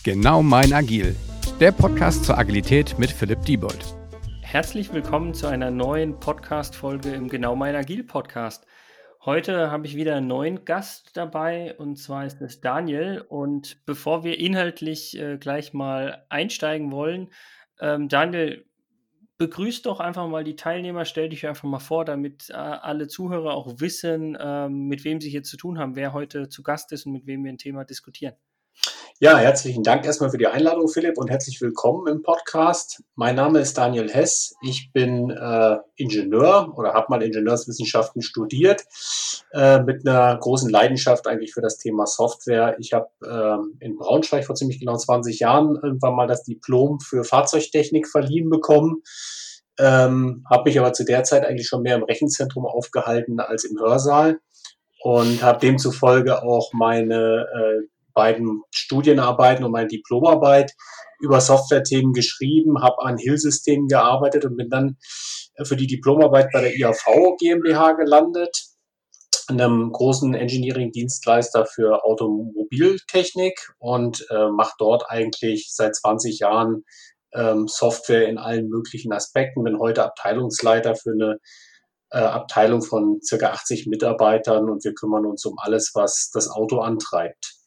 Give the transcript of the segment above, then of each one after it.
Genau mein Agil, der Podcast zur Agilität mit Philipp Diebold. Herzlich willkommen zu einer neuen Podcast-Folge im Genau mein Agil-Podcast. Heute habe ich wieder einen neuen Gast dabei und zwar ist es Daniel. Und bevor wir inhaltlich gleich mal einsteigen wollen, Daniel, begrüß doch einfach mal die Teilnehmer, stell dich einfach mal vor, damit alle Zuhörer auch wissen, mit wem sie hier zu tun haben, wer heute zu Gast ist und mit wem wir ein Thema diskutieren. Ja, herzlichen Dank erstmal für die Einladung, Philipp, und herzlich willkommen im Podcast. Mein Name ist Daniel Hess. Ich bin Ingenieur oder habe mal Ingenieurswissenschaften studiert, mit einer großen Leidenschaft eigentlich für das Thema Software. Ich habe in Braunschweig vor ziemlich genau 20 Jahren irgendwann mal das Diplom für Fahrzeugtechnik verliehen bekommen. Habe mich aber zu der Zeit eigentlich schon mehr im Rechenzentrum aufgehalten als im Hörsaal und habe demzufolge auch meine beiden Studienarbeiten und meine Diplomarbeit über Software-Themen geschrieben, habe an Hill-Systemen gearbeitet und bin dann für die Diplomarbeit bei der IAV GmbH gelandet, einem großen Engineering-Dienstleister für Automobiltechnik und mache dort eigentlich seit 20 Jahren Software in allen möglichen Aspekten, bin heute Abteilungsleiter für eine Abteilung von circa 80 Mitarbeitern und wir kümmern uns um alles, was das Auto antreibt.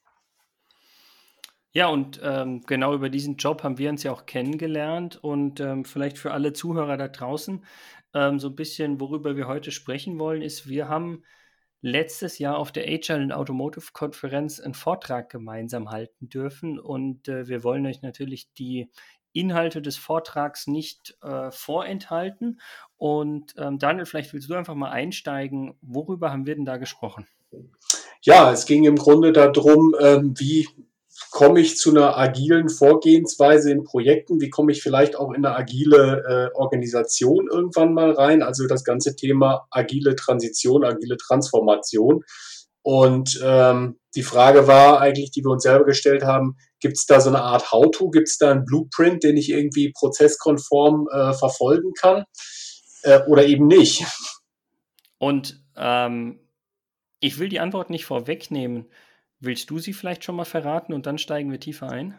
Ja, und genau über diesen Job haben wir uns ja auch kennengelernt und vielleicht für alle Zuhörer da draußen so ein bisschen, worüber wir heute sprechen wollen, ist, wir haben letztes Jahr auf der Agile and Automotive Konferenz einen Vortrag gemeinsam halten dürfen und wir wollen euch natürlich die Inhalte des Vortrags nicht vorenthalten und Daniel, vielleicht willst du einfach mal einsteigen, worüber haben wir denn da gesprochen? Ja, es ging im Grunde darum, wie komme ich zu einer agilen Vorgehensweise in Projekten? Wie komme ich vielleicht auch in eine agile Organisation irgendwann mal rein? Also das ganze Thema agile Transition, agile Transformation. Und die Frage war eigentlich, die wir uns selber gestellt haben, gibt es da so eine Art How-to? Gibt es da einen Blueprint, den ich irgendwie prozesskonform verfolgen kann? Oder eben nicht? Und ich will die Antwort nicht vorwegnehmen. Willst du sie vielleicht schon mal verraten und dann steigen wir tiefer ein?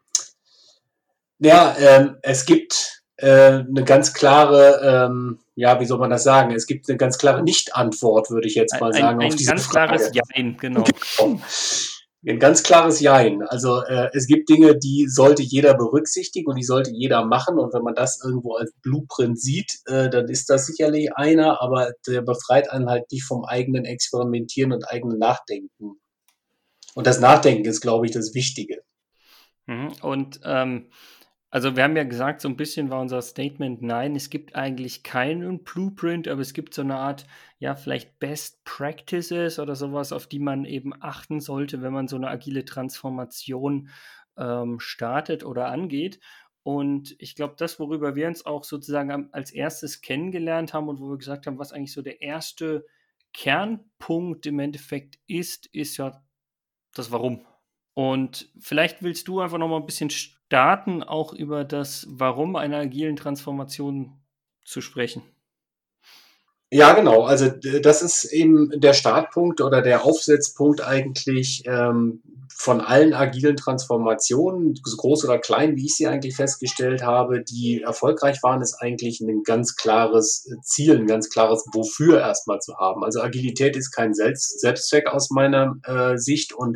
Ja, es gibt eine ganz klare, ja, wie soll man das sagen? Es gibt eine ganz klare Nicht-Antwort, würde ich jetzt mal sagen, auf diese Frage. Ein ganz klares Jein, genau. Ein ganz klares Jein. Also es gibt Dinge, die sollte jeder berücksichtigen und die sollte jeder machen. Und wenn man das irgendwo als Blueprint sieht, dann ist das sicherlich einer, aber der befreit einen halt nicht vom eigenen Experimentieren und eigenen Nachdenken. Und das Nachdenken ist, glaube ich, das Wichtige. Und also wir haben ja gesagt, so ein bisschen war unser Statement, nein, es gibt eigentlich keinen Blueprint, aber es gibt so eine Art, ja, vielleicht Best Practices oder sowas, auf die man eben achten sollte, wenn man so eine agile Transformation startet oder angeht. Und ich glaube, das, worüber wir uns auch sozusagen als erstes kennengelernt haben und wo wir gesagt haben, was eigentlich so der erste Kernpunkt im Endeffekt ist ja das Warum. Und vielleicht willst du einfach noch mal ein bisschen starten, auch über das Warum einer agilen Transformation zu sprechen. Ja, genau. Also das ist eben der Startpunkt oder der Aufsetzpunkt eigentlich von allen agilen Transformationen, groß oder klein, wie ich sie eigentlich festgestellt habe, die erfolgreich waren, ist eigentlich ein ganz klares Ziel, ein ganz klares Wofür erstmal zu haben. Also Agilität ist kein Selbstzweck aus meiner Sicht und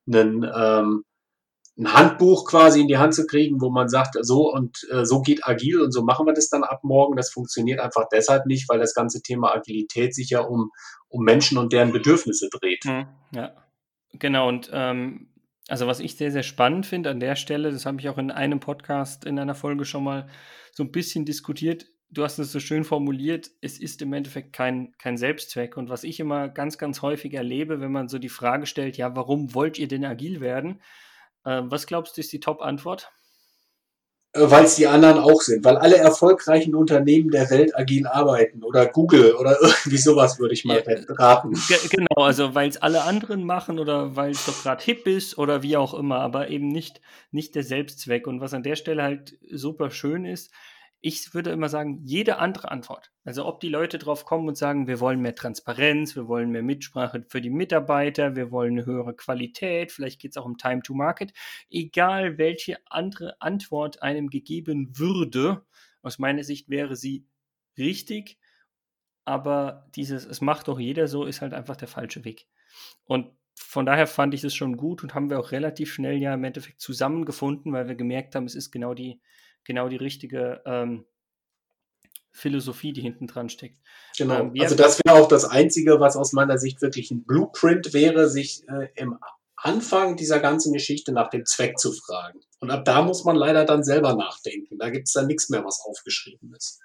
ein Handbuch quasi in die Hand zu kriegen, wo man sagt, so und so geht agil und so machen wir das dann ab morgen. Das funktioniert einfach deshalb nicht, weil das ganze Thema Agilität sich ja um Menschen und deren Bedürfnisse dreht. Ja, genau. Und also was ich sehr, sehr spannend finde an der Stelle, das habe ich auch in einem Podcast, in einer Folge schon mal so ein bisschen diskutiert. Du hast es so schön formuliert, es ist im Endeffekt kein Selbstzweck. Und was ich immer ganz, ganz häufig erlebe, wenn man so die Frage stellt, ja, warum wollt ihr denn agil werden? Was glaubst du, ist die Top-Antwort? Weil es die anderen auch sind, weil alle erfolgreichen Unternehmen der Welt agil arbeiten oder Google oder irgendwie sowas würde ich mal raten. Genau, also weil es alle anderen machen oder weil es doch gerade hip ist oder wie auch immer, aber eben nicht der Selbstzweck. Und was an der Stelle halt super schön ist, ich würde immer sagen, jede andere Antwort. Also ob die Leute drauf kommen und sagen, wir wollen mehr Transparenz, wir wollen mehr Mitsprache für die Mitarbeiter, wir wollen eine höhere Qualität, vielleicht geht es auch um Time to Market. Egal welche andere Antwort einem gegeben würde, aus meiner Sicht wäre sie richtig, aber es macht doch jeder so, ist halt einfach der falsche Weg. Und von daher fand ich es schon gut und haben wir auch relativ schnell ja im Endeffekt zusammengefunden, weil wir gemerkt haben, es ist genau die richtige Philosophie, die hinten dran steckt. Genau. Also das wäre auch das Einzige, was aus meiner Sicht wirklich ein Blueprint wäre, sich im Anfang dieser ganzen Geschichte nach dem Zweck zu fragen. Und ab da muss man leider dann selber nachdenken. Da gibt es dann nichts mehr, was aufgeschrieben ist.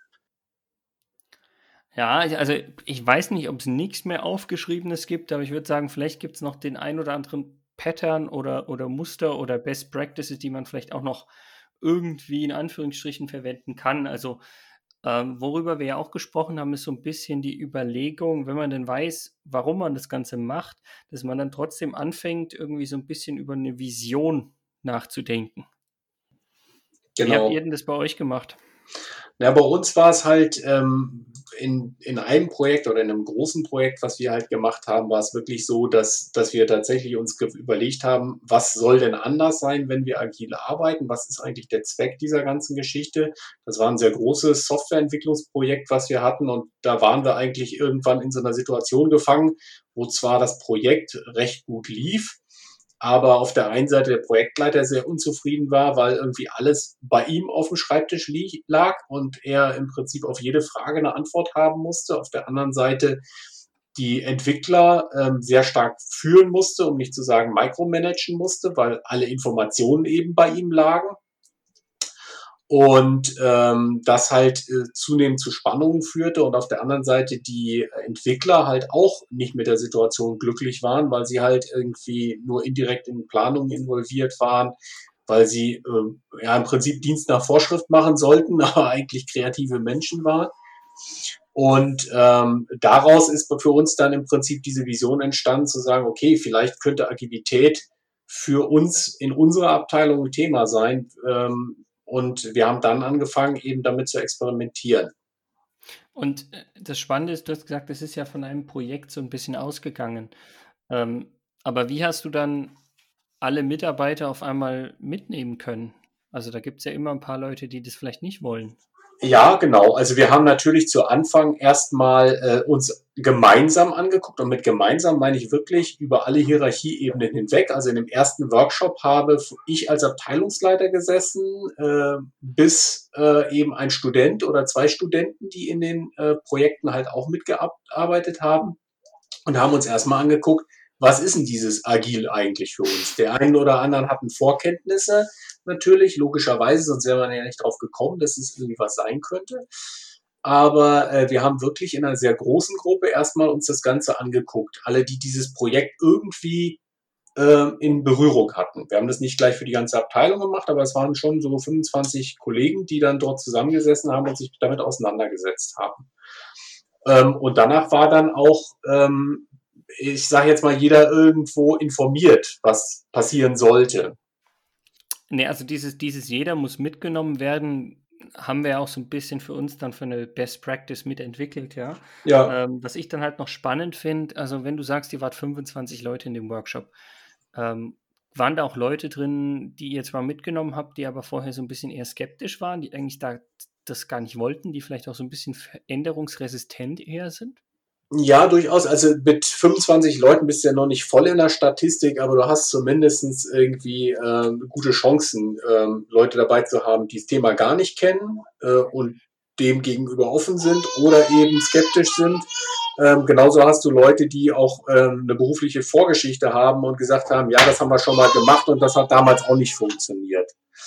Ja, also ich weiß nicht, ob es nichts mehr Aufgeschriebenes gibt, aber ich würde sagen, vielleicht gibt es noch den ein oder anderen Pattern oder Muster oder Best Practices, die man vielleicht auch noch irgendwie in Anführungsstrichen verwenden kann. Also worüber wir ja auch gesprochen haben, ist so ein bisschen die Überlegung, wenn man denn weiß, warum man das Ganze macht, dass man dann trotzdem anfängt, irgendwie so ein bisschen über eine Vision nachzudenken. Genau. Wie habt ihr denn das bei euch gemacht? Ja, bei uns war es halt in einem Projekt oder in einem großen Projekt, was wir halt gemacht haben, war es wirklich so, dass wir tatsächlich uns überlegt haben, was soll denn anders sein, wenn wir agil arbeiten? Was ist eigentlich der Zweck dieser ganzen Geschichte? Das war ein sehr großes Softwareentwicklungsprojekt, was wir hatten, und da waren wir eigentlich irgendwann in so einer Situation gefangen, wo zwar das Projekt recht gut lief, aber auf der einen Seite der Projektleiter sehr unzufrieden war, weil irgendwie alles bei ihm auf dem Schreibtisch lag und er im Prinzip auf jede Frage eine Antwort haben musste. Auf der anderen Seite die Entwickler sehr stark führen musste, um nicht zu sagen micromanagen musste, weil alle Informationen eben bei ihm lagen. Und das halt zunehmend zu Spannungen führte, und auf der anderen Seite die Entwickler halt auch nicht mit der Situation glücklich waren, weil sie halt irgendwie nur indirekt in Planungen involviert waren, weil sie ja im Prinzip Dienst nach Vorschrift machen sollten, aber eigentlich kreative Menschen waren. Und daraus ist für uns dann im Prinzip diese Vision entstanden, zu sagen, okay, vielleicht könnte Agilität für uns in unserer Abteilung ein Thema sein. Und wir haben dann angefangen, eben damit zu experimentieren. Und das Spannende ist, du hast gesagt, es ist ja von einem Projekt so ein bisschen ausgegangen. Aber wie hast du dann alle Mitarbeiter auf einmal mitnehmen können? Also da gibt es ja immer ein paar Leute, die das vielleicht nicht wollen. Ja, genau. Also wir haben natürlich zu Anfang erstmal uns gemeinsam angeguckt, und mit gemeinsam meine ich wirklich über alle Hierarchieebenen hinweg. Also in dem ersten Workshop habe ich als Abteilungsleiter gesessen, bis eben ein Student oder zwei Studenten, die in den Projekten halt auch mitgearbeitet haben, und haben uns erstmal angeguckt, was ist denn dieses Agil eigentlich für uns? Der einen oder anderen hatten Vorkenntnisse, natürlich, logischerweise, sonst wäre man ja nicht drauf gekommen, dass es irgendwie was sein könnte. Aber wir haben wirklich in einer sehr großen Gruppe erstmal uns das Ganze angeguckt. Alle, die dieses Projekt irgendwie in Berührung hatten. Wir haben das nicht gleich für die ganze Abteilung gemacht, aber es waren schon so 25 Kollegen, die dann dort zusammengesessen haben und sich damit auseinandergesetzt haben. Und danach war dann auch ich sage jetzt mal, jeder irgendwo informiert, was passieren sollte. Nee, also dieses jeder muss mitgenommen werden, haben wir ja auch so ein bisschen für uns dann für eine Best Practice mitentwickelt, ja. Ja. Was ich dann halt noch spannend finde, also wenn du sagst, ihr wart 25 Leute in dem Workshop, waren da auch Leute drin, die ihr zwar mitgenommen habt, die aber vorher so ein bisschen eher skeptisch waren, die eigentlich das gar nicht wollten, die vielleicht auch so ein bisschen veränderungsresistent eher sind? Ja, durchaus. Also mit 25 Leuten bist du ja noch nicht voll in der Statistik, aber du hast zumindest irgendwie gute Chancen, Leute dabei zu haben, die das Thema gar nicht kennen und dem gegenüber offen sind oder eben skeptisch sind. Genauso hast du Leute, die auch eine berufliche Vorgeschichte haben und gesagt haben, ja, das haben wir schon mal gemacht und das hat damals auch nicht funktioniert.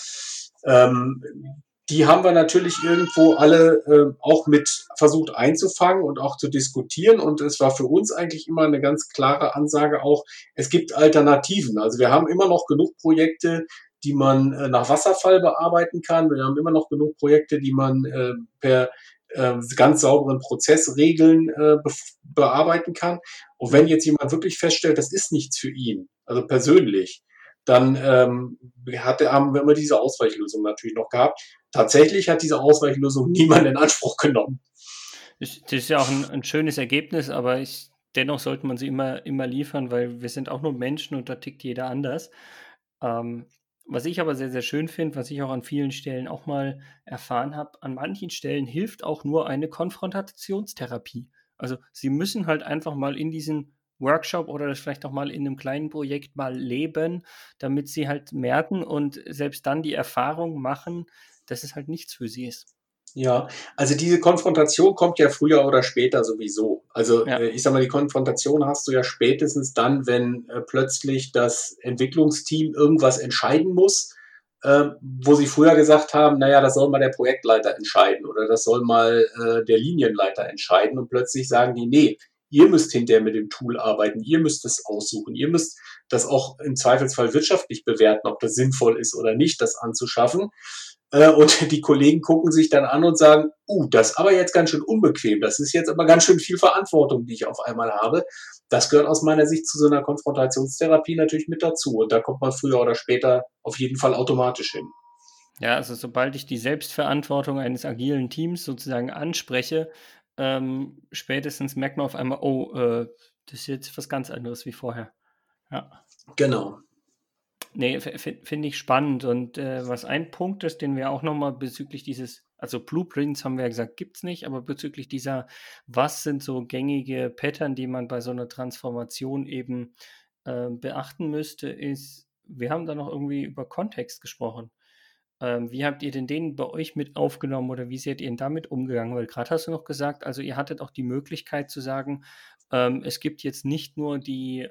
Die haben wir natürlich irgendwo alle auch mit versucht einzufangen und auch zu diskutieren. Und es war für uns eigentlich immer eine ganz klare Ansage auch, es gibt Alternativen. Also wir haben immer noch genug Projekte, die man nach Wasserfall bearbeiten kann. Wir haben immer noch genug Projekte, die man per ganz sauberen Prozessregeln bearbeiten kann. Und wenn jetzt jemand wirklich feststellt, das ist nichts für ihn, also persönlich, dann haben wir immer diese Ausweichlösung natürlich noch gehabt. tatsächlich hat diese Ausweichlösung niemand in Anspruch genommen. Das ist ja auch ein schönes Ergebnis, aber dennoch sollte man sie immer liefern, weil wir sind auch nur Menschen und da tickt jeder anders. Was ich aber sehr, sehr schön finde, was ich auch an vielen Stellen auch mal erfahren habe, an manchen Stellen hilft auch nur eine Konfrontationstherapie. Also sie müssen halt einfach mal in diesen Workshop oder das vielleicht auch mal in einem kleinen Projekt mal leben, damit sie halt merken und selbst dann die Erfahrung machen, dass es halt nichts für sie ist. Ja, also diese Konfrontation kommt ja früher oder später sowieso. Also Ja. ich sag mal, die Konfrontation hast du ja spätestens dann, wenn plötzlich das Entwicklungsteam irgendwas entscheiden muss, wo sie früher gesagt haben, naja, das soll mal der Projektleiter entscheiden oder das soll mal der Linienleiter entscheiden und plötzlich sagen die, nee, ihr müsst hinterher mit dem Tool arbeiten, ihr müsst es aussuchen, ihr müsst das auch im Zweifelsfall wirtschaftlich bewerten, ob das sinnvoll ist oder nicht, das anzuschaffen. Und die Kollegen gucken sich dann an und sagen, das ist aber jetzt ganz schön unbequem. Das ist jetzt aber ganz schön viel Verantwortung, die ich auf einmal habe. Das gehört aus meiner Sicht zu so einer Konfrontationstherapie natürlich mit dazu. Und da kommt man früher oder später auf jeden Fall automatisch hin. Ja, also sobald ich die Selbstverantwortung eines agilen Teams sozusagen anspreche, spätestens merkt man auf einmal, das ist jetzt was ganz anderes wie vorher. Ja. Genau. Nee, finde ich spannend. Und was ein Punkt ist, den wir auch nochmal bezüglich also Blueprints haben wir ja gesagt, gibt es nicht, aber bezüglich was sind so gängige Pattern, die man bei so einer Transformation eben beachten müsste, ist, wir haben da noch irgendwie über Kontext gesprochen. Wie habt ihr denn den bei euch mit aufgenommen oder wie seid ihr denn damit umgegangen? Weil gerade hast du noch gesagt, also ihr hattet auch die Möglichkeit zu sagen, es gibt jetzt nicht nur die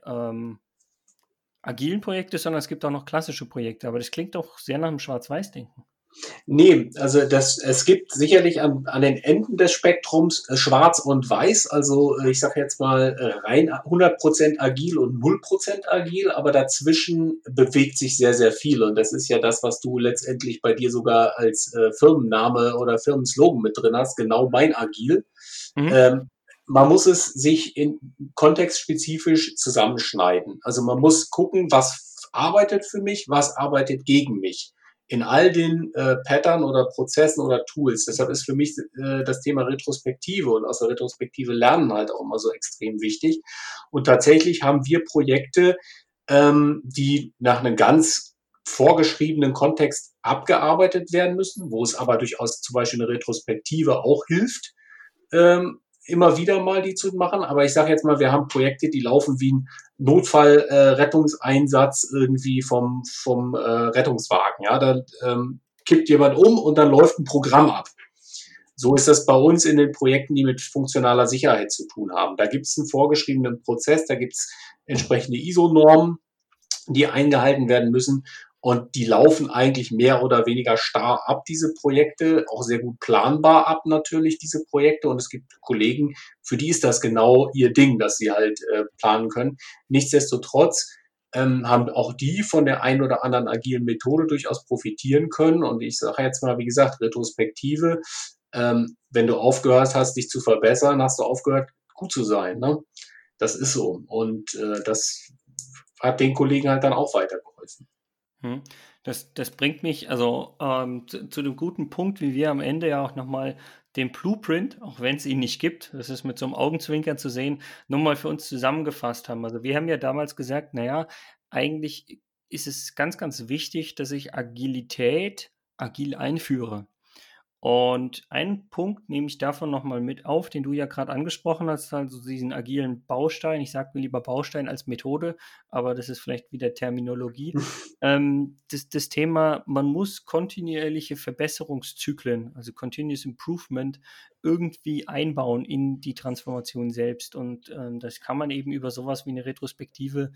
agilen Projekte, sondern es gibt auch noch klassische Projekte. Aber das klingt doch sehr nach einem Schwarz-Weiß-Denken. Nee, also es gibt sicherlich an den Enden des Spektrums schwarz und weiß, also ich sage jetzt mal rein 100% agil und 0% agil, aber dazwischen bewegt sich sehr, sehr viel und das ist ja das, was du letztendlich bei dir sogar als Firmenname oder Firmenslogan mit drin hast, genau mein Agil. Man muss es sich in kontextspezifisch zusammenschneiden. Also man muss gucken, was arbeitet für mich, was arbeitet gegen mich in all den Pattern oder Prozessen oder Tools. Deshalb ist für mich das Thema Retrospektive und aus der Retrospektive lernen halt auch immer so extrem wichtig. Und tatsächlich haben wir Projekte, die nach einem ganz vorgeschriebenen Kontext abgearbeitet werden müssen, wo es aber durchaus zum Beispiel eine Retrospektive auch hilft, immer wieder mal die zu machen. Aber ich sage jetzt mal, wir haben Projekte, die laufen wie ein Notfallrettungseinsatz irgendwie vom Rettungswagen. Ja, da kippt jemand um und dann läuft ein Programm ab. So ist das bei uns in den Projekten, die mit funktionaler Sicherheit zu tun haben. Da gibt es einen vorgeschriebenen Prozess, da gibt es entsprechende ISO-Normen, die eingehalten werden müssen. Und die laufen eigentlich mehr oder weniger starr ab, diese Projekte, auch sehr gut planbar ab natürlich, diese Projekte. Und es gibt Kollegen, für die ist das genau ihr Ding, dass sie halt planen können. Nichtsdestotrotz haben auch die von der einen oder anderen agilen Methode durchaus profitieren können. Und ich sage jetzt mal, wie gesagt, Retrospektive, wenn du aufgehört hast, dich zu verbessern, hast du aufgehört, gut zu sein. Ne? Das ist so. Und das hat den Kollegen halt dann auch weitergeholfen. Das bringt mich also zu dem guten Punkt, wie wir am Ende ja auch nochmal den Blueprint, auch wenn es ihn nicht gibt, das ist mit so einem Augenzwinkern zu sehen, nochmal für uns zusammengefasst haben. Also wir haben ja damals gesagt, naja, eigentlich ist es ganz, ganz wichtig, dass ich Agilität agil einführe. Und einen Punkt nehme ich davon nochmal mit auf, den du ja gerade angesprochen hast, also diesen agilen Baustein. Ich sage mir lieber Baustein als Methode, aber das ist vielleicht wieder Terminologie. Das Thema, man muss kontinuierliche Verbesserungszyklen, also Continuous Improvement, irgendwie einbauen in die Transformation selbst. Und das kann man eben über sowas wie eine Retrospektive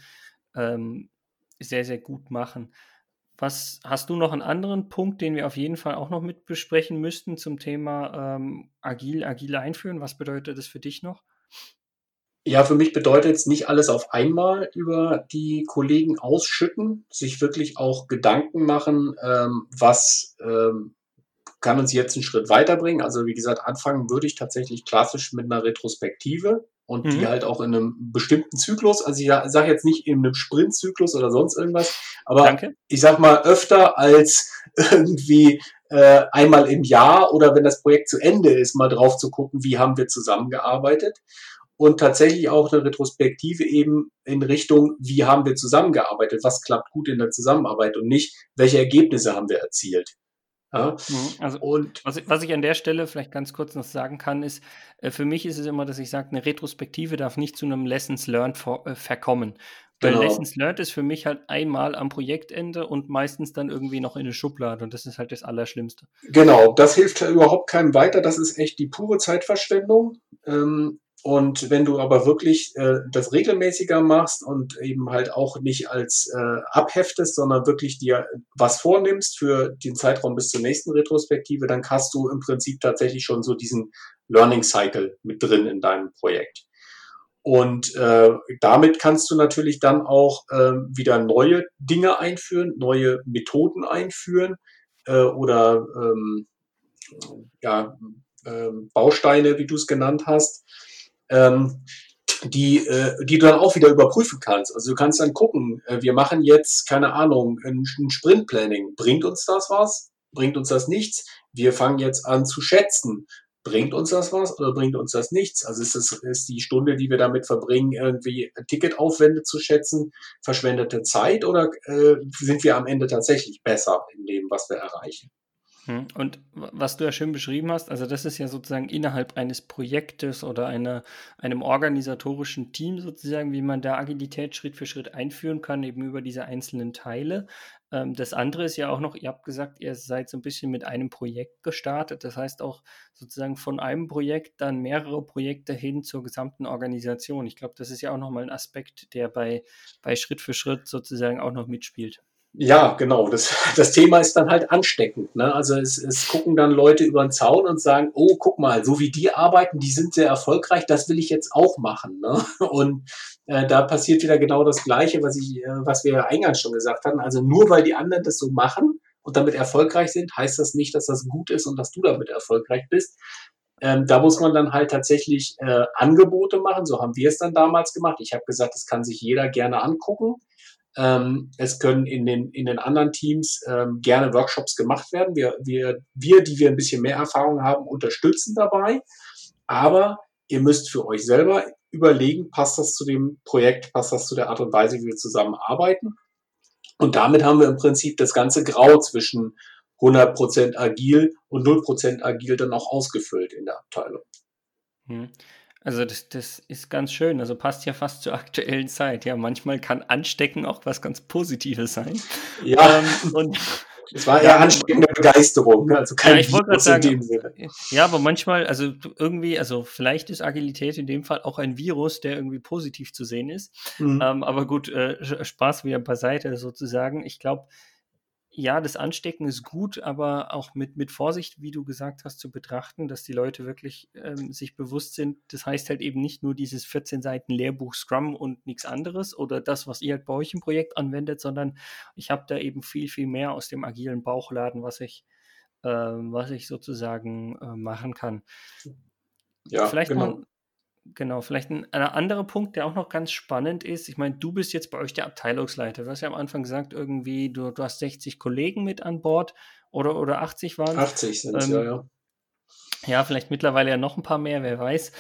sehr, sehr gut machen. Hast du noch einen anderen Punkt, den wir auf jeden Fall auch noch mit besprechen müssten zum Thema agil einführen? Was bedeutet das für dich noch? Ja, für mich bedeutet es nicht alles auf einmal über die Kollegen ausschütten, sich wirklich auch Gedanken machen, was kann uns jetzt einen Schritt weiterbringen. Also wie gesagt, anfangen würde ich tatsächlich klassisch mit einer Retrospektive und die halt auch in einem bestimmten Zyklus, also ich sage jetzt nicht in einem Sprintzyklus oder sonst irgendwas, aber Danke. ich sag mal öfter als irgendwie einmal im Jahr oder wenn das Projekt zu Ende ist, mal drauf zu gucken, wie haben wir zusammengearbeitet. Und tatsächlich auch eine Retrospektive eben in Richtung, wie haben wir zusammengearbeitet, was klappt gut in der Zusammenarbeit und nicht, welche Ergebnisse haben wir erzielt. Ja? Also, Und was ich an der Stelle vielleicht ganz kurz noch sagen kann, ist, für mich ist es immer, dass ich sage, eine Retrospektive darf nicht zu einem Lessons Learned verkommen. Weil genau, Lessons Learned ist für mich halt einmal am Projektende und meistens dann irgendwie noch in eine Schublade. Und das ist halt das Allerschlimmste. genau, das hilft ja überhaupt keinem weiter. Das ist echt die pure Zeitverschwendung. Und wenn du aber wirklich das regelmäßiger machst und eben halt auch nicht als abheftest, sondern wirklich dir was vornimmst für den Zeitraum bis zur nächsten Retrospektive, dann hast du im Prinzip tatsächlich schon so diesen Learning Cycle mit drin in deinem Projekt. Und damit kannst du natürlich dann auch wieder neue Dinge einführen, neue Methoden einführen oder ja, Bausteine, wie du es genannt hast, die du dann auch wieder überprüfen kannst. Also du kannst dann gucken, wir machen jetzt, keine Ahnung, ein Sprint-Planning. Bringt uns das was? Bringt uns das nichts? Wir fangen jetzt an zu schätzen. Bringt uns das was oder bringt uns das nichts? Also ist die Stunde, die wir damit verbringen, irgendwie Ticketaufwände zu schätzen, verschwendete Zeit oder sind wir am Ende tatsächlich besser in dem, was wir erreichen? Und was du ja schön beschrieben hast, also das ist ja sozusagen innerhalb eines Projektes oder einem organisatorischen Team sozusagen, wie man da Agilität Schritt für Schritt einführen kann, eben über diese einzelnen Teile. Das andere ist ja auch noch, ihr habt gesagt, ihr seid so ein bisschen mit einem Projekt gestartet. Das heißt auch sozusagen von einem Projekt dann mehrere Projekte hin zur gesamten Organisation. Ich glaube, das ist ja auch nochmal ein Aspekt, der bei Schritt für Schritt sozusagen auch noch mitspielt. Ja, genau. Das Thema ist dann halt ansteckend. Ne? Also es gucken dann Leute über den Zaun und sagen, oh, guck mal, so wie die arbeiten, die sind sehr erfolgreich, das will ich jetzt auch machen. Ne? Und da passiert wieder genau das Gleiche, was wir ja eingangs schon gesagt hatten. Also nur weil die anderen das so machen und damit erfolgreich sind, heißt das nicht, dass das gut ist und dass du damit erfolgreich bist. Da muss man dann halt tatsächlich Angebote machen. So haben wir es dann damals gemacht. Ich habe gesagt, das kann sich jeder gerne angucken. Es können in den anderen Teams gerne Workshops gemacht werden. Die wir ein bisschen mehr Erfahrung haben, unterstützen dabei. Aber ihr müsst für euch selber überlegen, passt das zu dem Projekt, passt das zu der Art und Weise, wie wir zusammenarbeiten. Und damit haben wir im Prinzip das ganze Grau zwischen 100% agil und 0% agil dann auch ausgefüllt in der Abteilung. Also das ist ganz schön, also passt ja fast zur aktuellen Zeit. Ja, manchmal kann Anstecken auch was ganz Positives sein. Ja, und es war eher ansteckende Begeisterung, also kein ich wollte gerade Virus in sagen, dem Sinne. ja, aber manchmal, also irgendwie, also vielleicht ist Agilität in dem Fall auch ein Virus, der irgendwie positiv zu sehen ist. Aber gut, Spaß wieder beiseite sozusagen. Ich glaube, ja, das Anstecken ist gut, aber auch mit Vorsicht, wie du gesagt hast, zu betrachten, dass die Leute wirklich sich bewusst sind. Das heißt halt eben nicht nur dieses 14 Seiten Lehrbuch Scrum und nichts anderes oder das, was ihr halt bei euch im Projekt anwendet, sondern ich habe da eben viel, viel mehr aus dem agilen Bauchladen, was ich sozusagen machen kann. Ja, Vielleicht genau. noch Genau, vielleicht ein anderer Punkt, der auch noch ganz spannend ist. Ich meine, du bist jetzt bei euch der Abteilungsleiter. Du hast ja am Anfang gesagt, irgendwie, du hast 60 Kollegen mit an Bord oder 80 waren es. 80 sind es, ja. Ja, vielleicht mittlerweile ja noch ein paar mehr, wer weiß.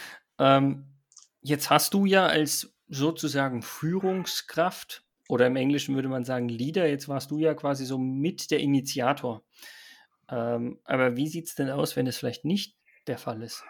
Jetzt hast du ja als sozusagen Führungskraft oder im Englischen würde man sagen Leader, jetzt warst du ja quasi so mit der Initiator. Aber wie sieht es denn aus, wenn es vielleicht nicht der Fall ist?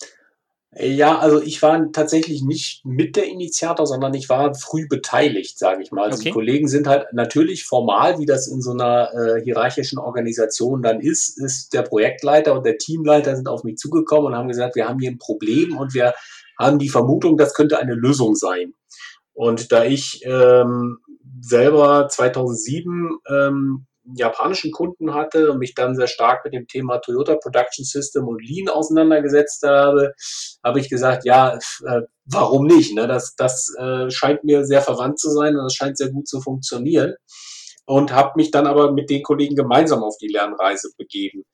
Ja, also ich war tatsächlich nicht mit der Initiator, sondern ich war früh beteiligt, sage ich mal. Also die Okay. Kollegen sind halt natürlich formal, wie das in so einer hierarchischen Organisation dann ist der Projektleiter und der Teamleiter sind auf mich zugekommen und haben gesagt, wir haben hier ein Problem und wir haben die Vermutung, das könnte eine Lösung sein. Und da ich selber 2007 japanischen Kunden hatte und mich dann sehr stark mit dem Thema Toyota Production System und Lean auseinandergesetzt habe, habe ich gesagt, ja, warum nicht? Ne? Das scheint mir sehr verwandt zu sein und das scheint sehr gut zu funktionieren. Und habe mich dann aber mit den Kollegen gemeinsam auf die Lernreise begeben.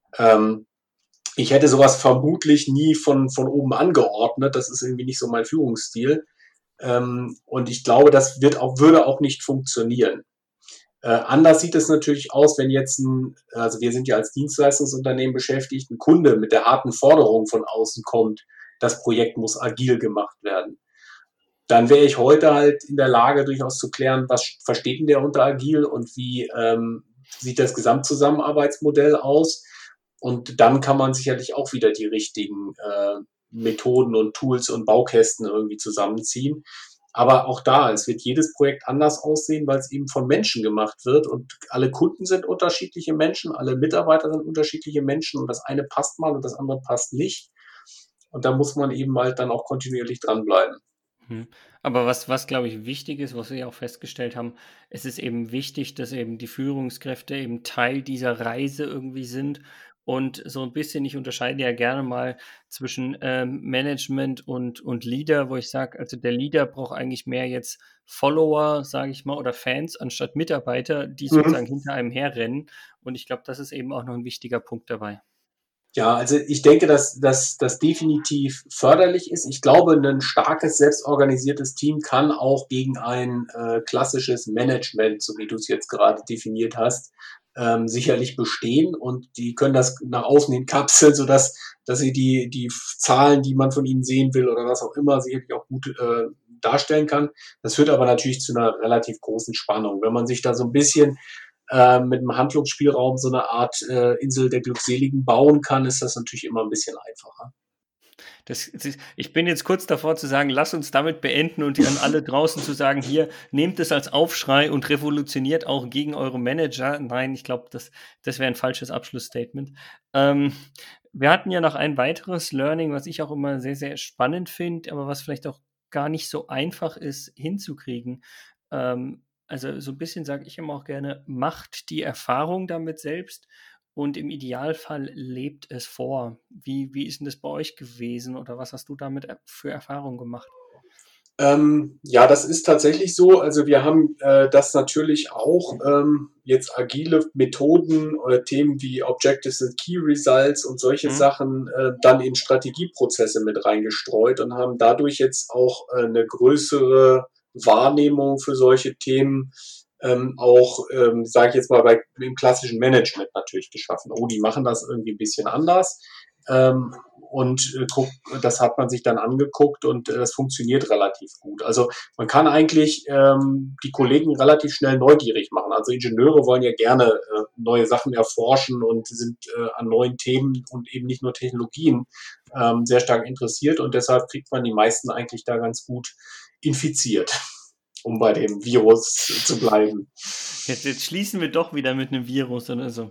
Ich hätte sowas vermutlich nie von oben angeordnet. Das ist irgendwie nicht so mein Führungsstil. Und ich glaube, das würde auch nicht funktionieren. Anders sieht es natürlich aus, wenn jetzt also wir sind ja als Dienstleistungsunternehmen beschäftigt, ein Kunde mit der harten Forderung von außen kommt, das Projekt muss agil gemacht werden. Dann wäre ich heute halt in der Lage, durchaus zu klären, was versteht denn der unter agil und wie sieht das Gesamtzusammenarbeitsmodell aus. Und dann kann man sicherlich auch wieder die richtigen Methoden und Tools und Baukästen irgendwie zusammenziehen. Aber auch da, es wird jedes Projekt anders aussehen, weil es eben von Menschen gemacht wird und alle Kunden sind unterschiedliche Menschen, alle Mitarbeiter sind unterschiedliche Menschen und das eine passt mal und das andere passt nicht. Und da muss man eben halt dann auch kontinuierlich dranbleiben. Aber was glaube ich, wichtig ist, was wir ja auch festgestellt haben, es ist eben wichtig, dass eben die Führungskräfte eben Teil dieser Reise irgendwie sind und so ein bisschen, ich unterscheide ja gerne mal zwischen Management und Leader, wo ich sage, also der Leader braucht eigentlich mehr jetzt Follower, sage ich mal, oder Fans, anstatt Mitarbeiter, die sozusagen hinter einem herrennen. Und ich glaube, das ist eben auch noch ein wichtiger Punkt dabei. Ja, also ich denke, dass das definitiv förderlich ist. Ich glaube, ein starkes, selbstorganisiertes Team kann auch gegen ein klassisches Management, so wie du es jetzt gerade definiert hast, sicherlich bestehen und die können das nach außen hin kapseln, dass sie die Zahlen, die man von ihnen sehen will oder was auch immer, sicherlich auch gut darstellen kann. Das führt aber natürlich zu einer relativ großen Spannung. Wenn man sich da so ein bisschen mit einem Handlungsspielraum so eine Art Insel der Glückseligen bauen kann, ist das natürlich immer ein bisschen einfacher. Ich bin jetzt kurz davor zu sagen, lass uns damit beenden und an alle draußen zu sagen, hier, nehmt es als Aufschrei und revolutioniert auch gegen eure Manager. Nein, ich glaube, das wäre ein falsches Abschlussstatement. Wir hatten ja noch ein weiteres Learning, was ich auch immer sehr, sehr spannend finde, aber was vielleicht auch gar nicht so einfach ist hinzukriegen. Also so ein bisschen sage ich immer auch gerne, macht die Erfahrung damit selbst und im Idealfall lebt es vor. Wie ist denn das bei euch gewesen oder was hast du damit für Erfahrungen gemacht? Ja, das ist tatsächlich so. Also wir haben das natürlich auch jetzt agile Methoden oder Themen wie Objectives and Key Results und solche Sachen dann in Strategieprozesse mit reingestreut und haben dadurch jetzt auch eine größere Wahrnehmung für solche Themen auch, sage ich jetzt mal, im klassischen Management natürlich geschaffen. Oh, die machen das irgendwie ein bisschen anders. Das hat man sich dann angeguckt und das funktioniert relativ gut. Also man kann eigentlich die Kollegen relativ schnell neugierig machen. Also Ingenieure wollen ja gerne neue Sachen erforschen und sind an neuen Themen und eben nicht nur Technologien sehr stark interessiert und deshalb kriegt man die meisten eigentlich da ganz gut infiziert, um bei dem Virus zu bleiben. Jetzt schließen wir doch wieder mit einem Virus oder so.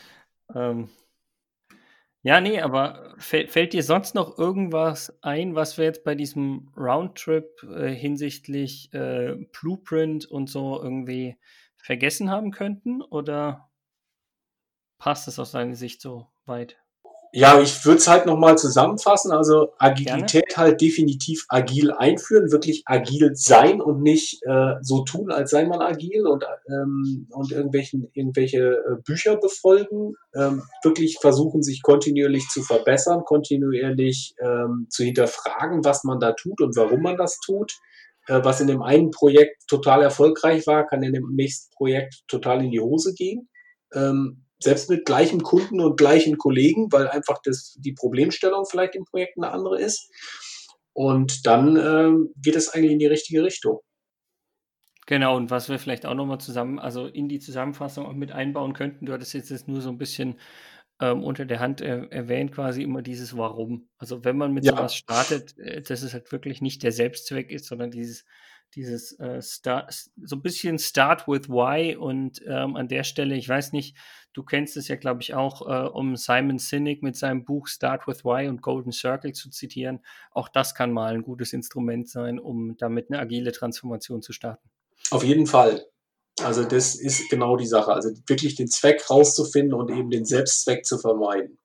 Ja, nee, aber fällt dir sonst noch irgendwas ein, was wir jetzt bei diesem Roundtrip hinsichtlich Blueprint und so irgendwie vergessen haben könnten? Oder passt es aus deiner Sicht so weit? Ja, ich würde es halt nochmal zusammenfassen. Also Agilität halt definitiv agil einführen, wirklich agil sein und nicht so tun, als sei man agil und irgendwelche Bücher befolgen. Wirklich versuchen, sich kontinuierlich zu verbessern, kontinuierlich zu hinterfragen, was man da tut und warum man das tut. Was in dem einen Projekt total erfolgreich war, kann in dem nächsten Projekt total in die Hose gehen. Selbst mit gleichem Kunden und gleichen Kollegen, weil einfach die Problemstellung vielleicht im Projekt eine andere ist. Und dann geht es eigentlich in die richtige Richtung. Genau, und was wir vielleicht auch nochmal also in die Zusammenfassung auch mit einbauen könnten, du hattest jetzt nur so ein bisschen unter der Hand erwähnt, quasi immer dieses Warum. Also wenn man mit Ja. sowas startet, dass es halt wirklich nicht der Selbstzweck ist, sondern dieses so ein bisschen Start with Why und an der Stelle, ich weiß nicht, du kennst es ja, glaube ich, auch, um Simon Sinek mit seinem Buch Start with Why und Golden Circle zu zitieren. Auch das kann mal ein gutes Instrument sein, um damit eine agile Transformation zu starten. Auf jeden Fall. Also das ist genau die Sache. Also wirklich den Zweck rauszufinden und eben den Selbstzweck zu vermeiden.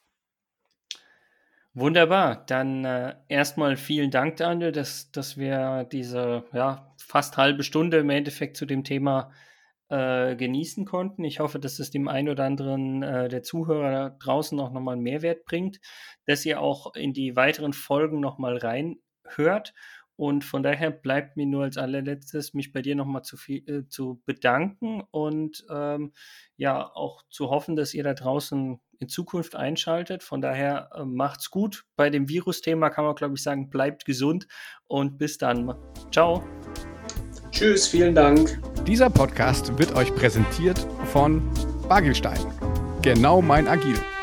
Wunderbar. Dann erstmal vielen Dank, Daniel, dass wir diese fast halbe Stunde im Endeffekt zu dem Thema genießen konnten. Ich hoffe, dass es dem einen oder anderen der Zuhörer da draußen auch nochmal einen Mehrwert bringt, dass ihr auch in die weiteren Folgen nochmal reinhört. Und von daher bleibt mir nur als allerletztes, mich bei dir nochmal zu bedanken und auch zu hoffen, dass ihr da draußen in Zukunft einschaltet. Von daher macht's gut. Bei dem Virus-Thema kann man, glaube ich, sagen, bleibt gesund und bis dann. Ciao. Tschüss, vielen Dank. Dieser Podcast wird euch präsentiert von Bagelstein. Genau mein Agil.